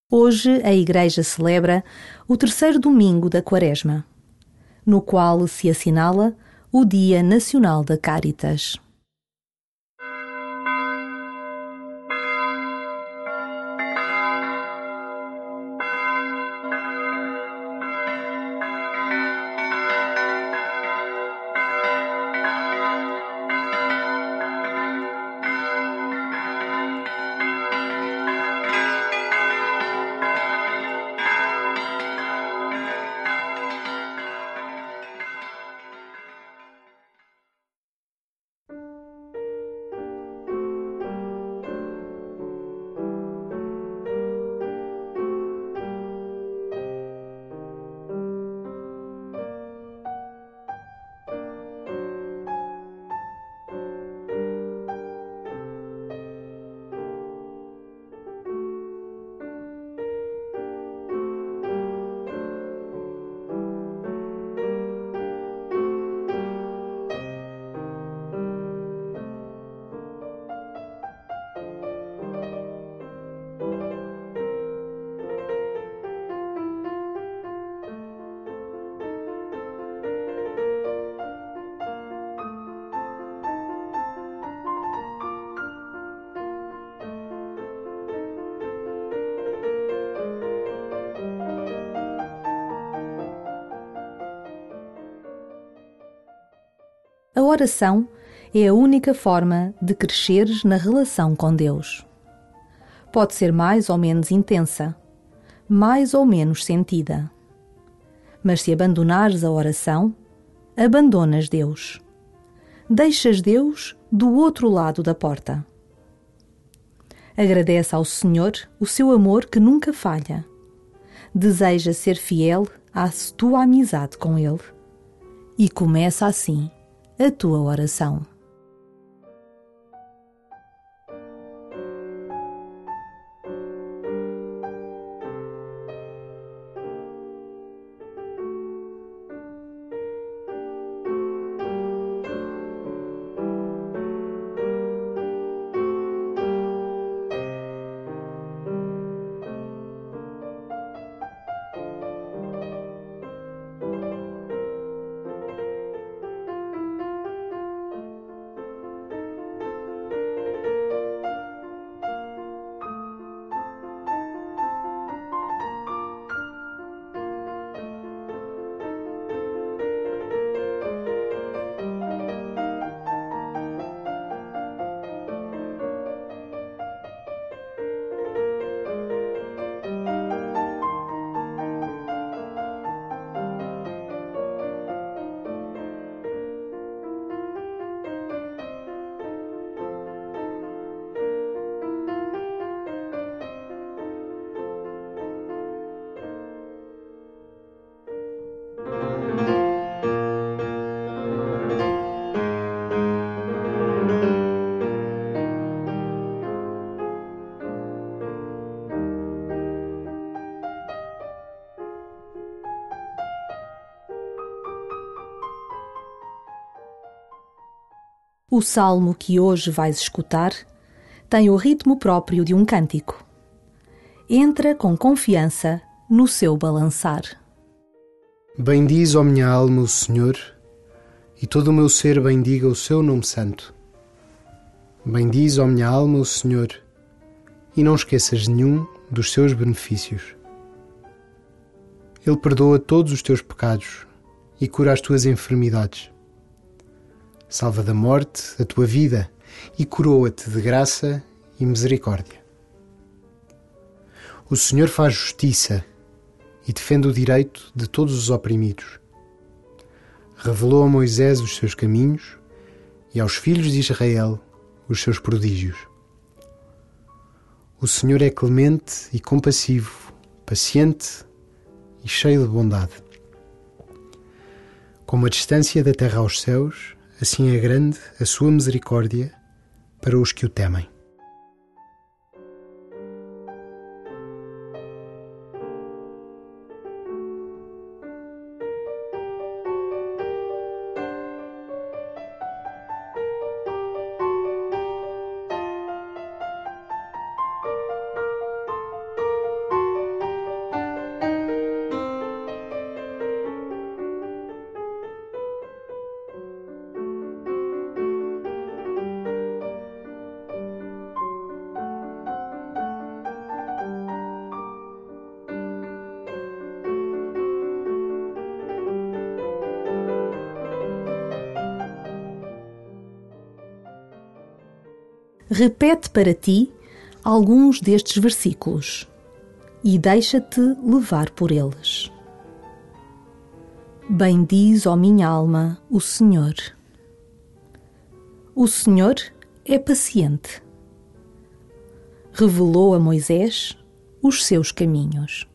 Hoje a Igreja celebra o terceiro domingo da Quaresma, no qual se assinala o Dia Nacional da Cáritas. A oração é a única forma de cresceres na relação com Deus. Pode ser mais ou menos intensa, mais ou menos sentida. Mas se abandonares a oração, abandonas Deus. Deixas Deus do outro lado da porta. Agradece ao Senhor o seu amor que nunca falha. Deseja ser fiel à tua amizade com Ele. E começa assim a tua oração. O salmo que hoje vais escutar tem o ritmo próprio de um cântico. Entra com confiança no seu balançar. Bendiz, ó minha alma, o Senhor, e todo o meu ser bendiga o seu nome santo. Bendiz, ó minha alma, o Senhor, e não esqueças nenhum dos seus benefícios. Ele perdoa todos os teus pecados e cura as tuas enfermidades. Salva da morte a tua vida e coroa-te de graça e misericórdia. O Senhor faz justiça e defende o direito de todos os oprimidos. Revelou a Moisés os seus caminhos e aos filhos de Israel os seus prodígios. O Senhor é clemente e compassivo, paciente e cheio de bondade. Como a distância da terra aos céus, assim é grande a sua misericórdia para os que o temem. Repete para ti alguns destes versículos e deixa-te levar por eles. Bendiz, ó minha alma, o Senhor. O Senhor é paciente. Revelou a Moisés os seus caminhos.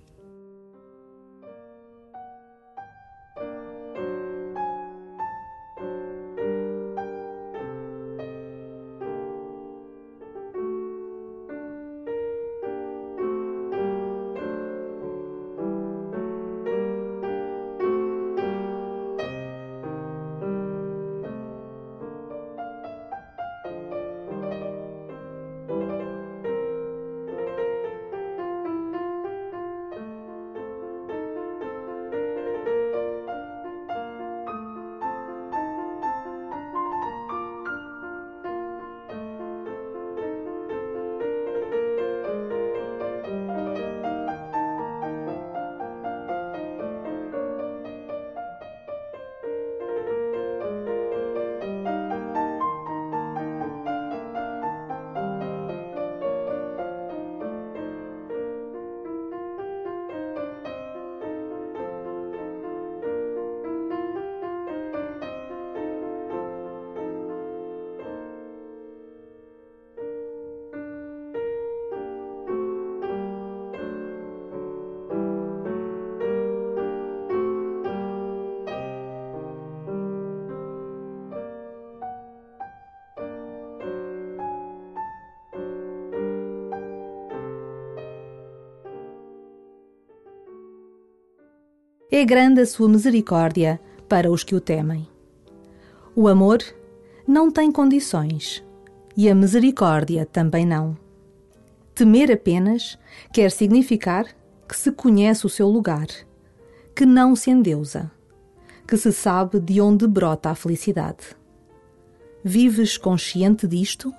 É grande a sua misericórdia para os que o temem. O amor não tem condições e a misericórdia também não. Temer apenas quer significar que se conhece o seu lugar, que não se endeusa, que se sabe de onde brota a felicidade. Vives consciente disto?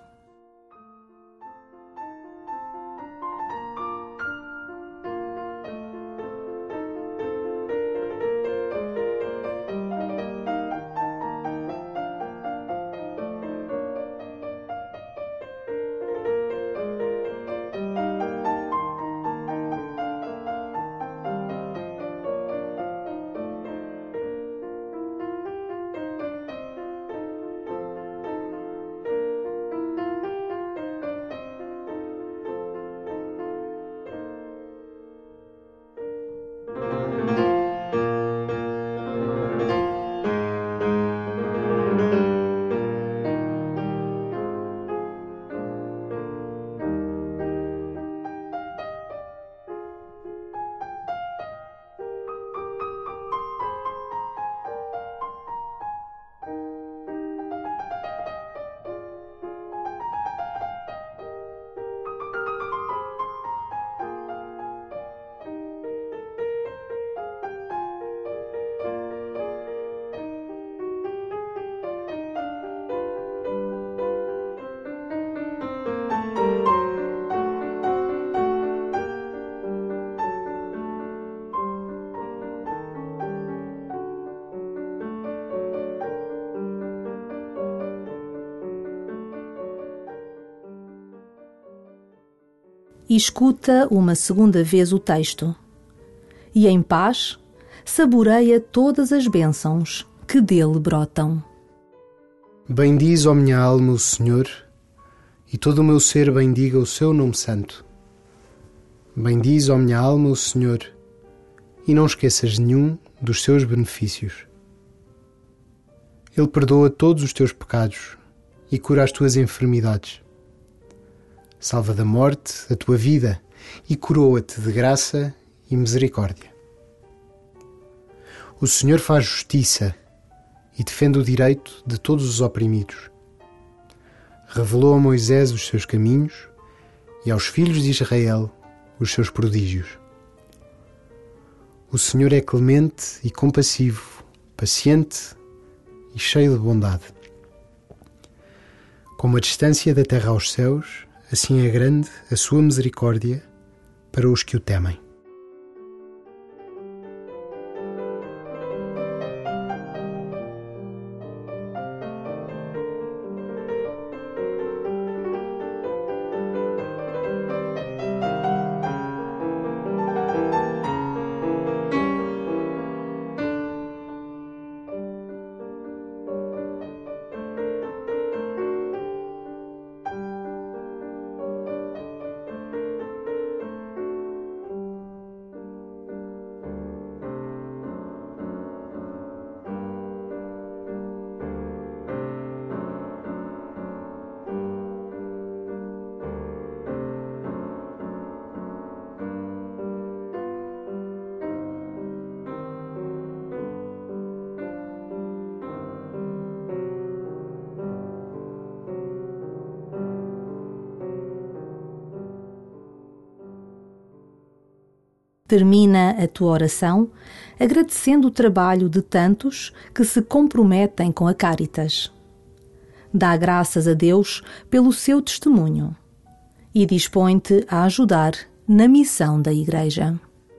E escuta uma segunda vez o texto, e em paz saboreia todas as bênçãos que dele brotam. Bendiz, ó minha alma, o Senhor, e todo o meu ser bendiga o seu nome santo. Bendiz, ó minha alma, o Senhor, e não esqueças nenhum dos seus benefícios. Ele perdoa todos os teus pecados e cura as tuas enfermidades. Salva da morte a tua vida e coroa-te de graça e misericórdia. O Senhor faz justiça e defende o direito de todos os oprimidos. Revelou a Moisés os seus caminhos e aos filhos de Israel os seus prodígios. O Senhor é clemente e compassivo, paciente e cheio de bondade. Como a distância da terra aos céus, assim é grande a sua misericórdia para os que o temem. Termina a tua oração agradecendo o trabalho de tantos que se comprometem com a Cáritas. Dá graças a Deus pelo seu testemunho e dispõe-te a ajudar na missão da Igreja.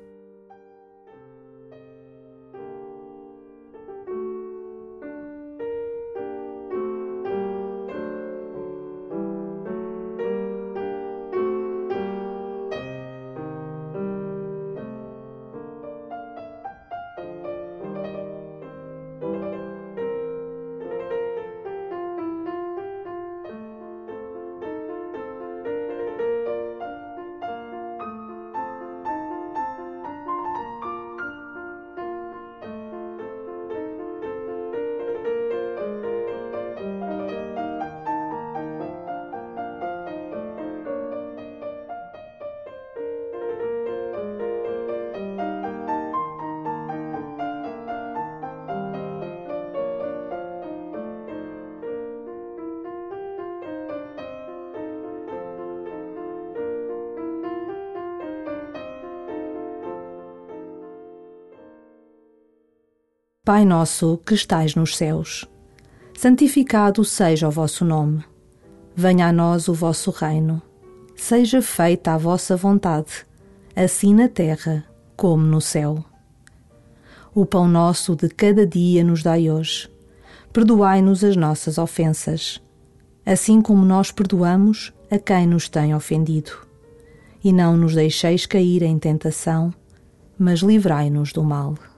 Pai nosso que estais nos céus, santificado seja o vosso nome. Venha a nós o vosso reino. Seja feita a vossa vontade, assim na terra como no céu. O pão nosso de cada dia nos dai hoje. Perdoai-nos as nossas ofensas, assim como nós perdoamos a quem nos tem ofendido. E não nos deixeis cair em tentação, mas livrai-nos do mal.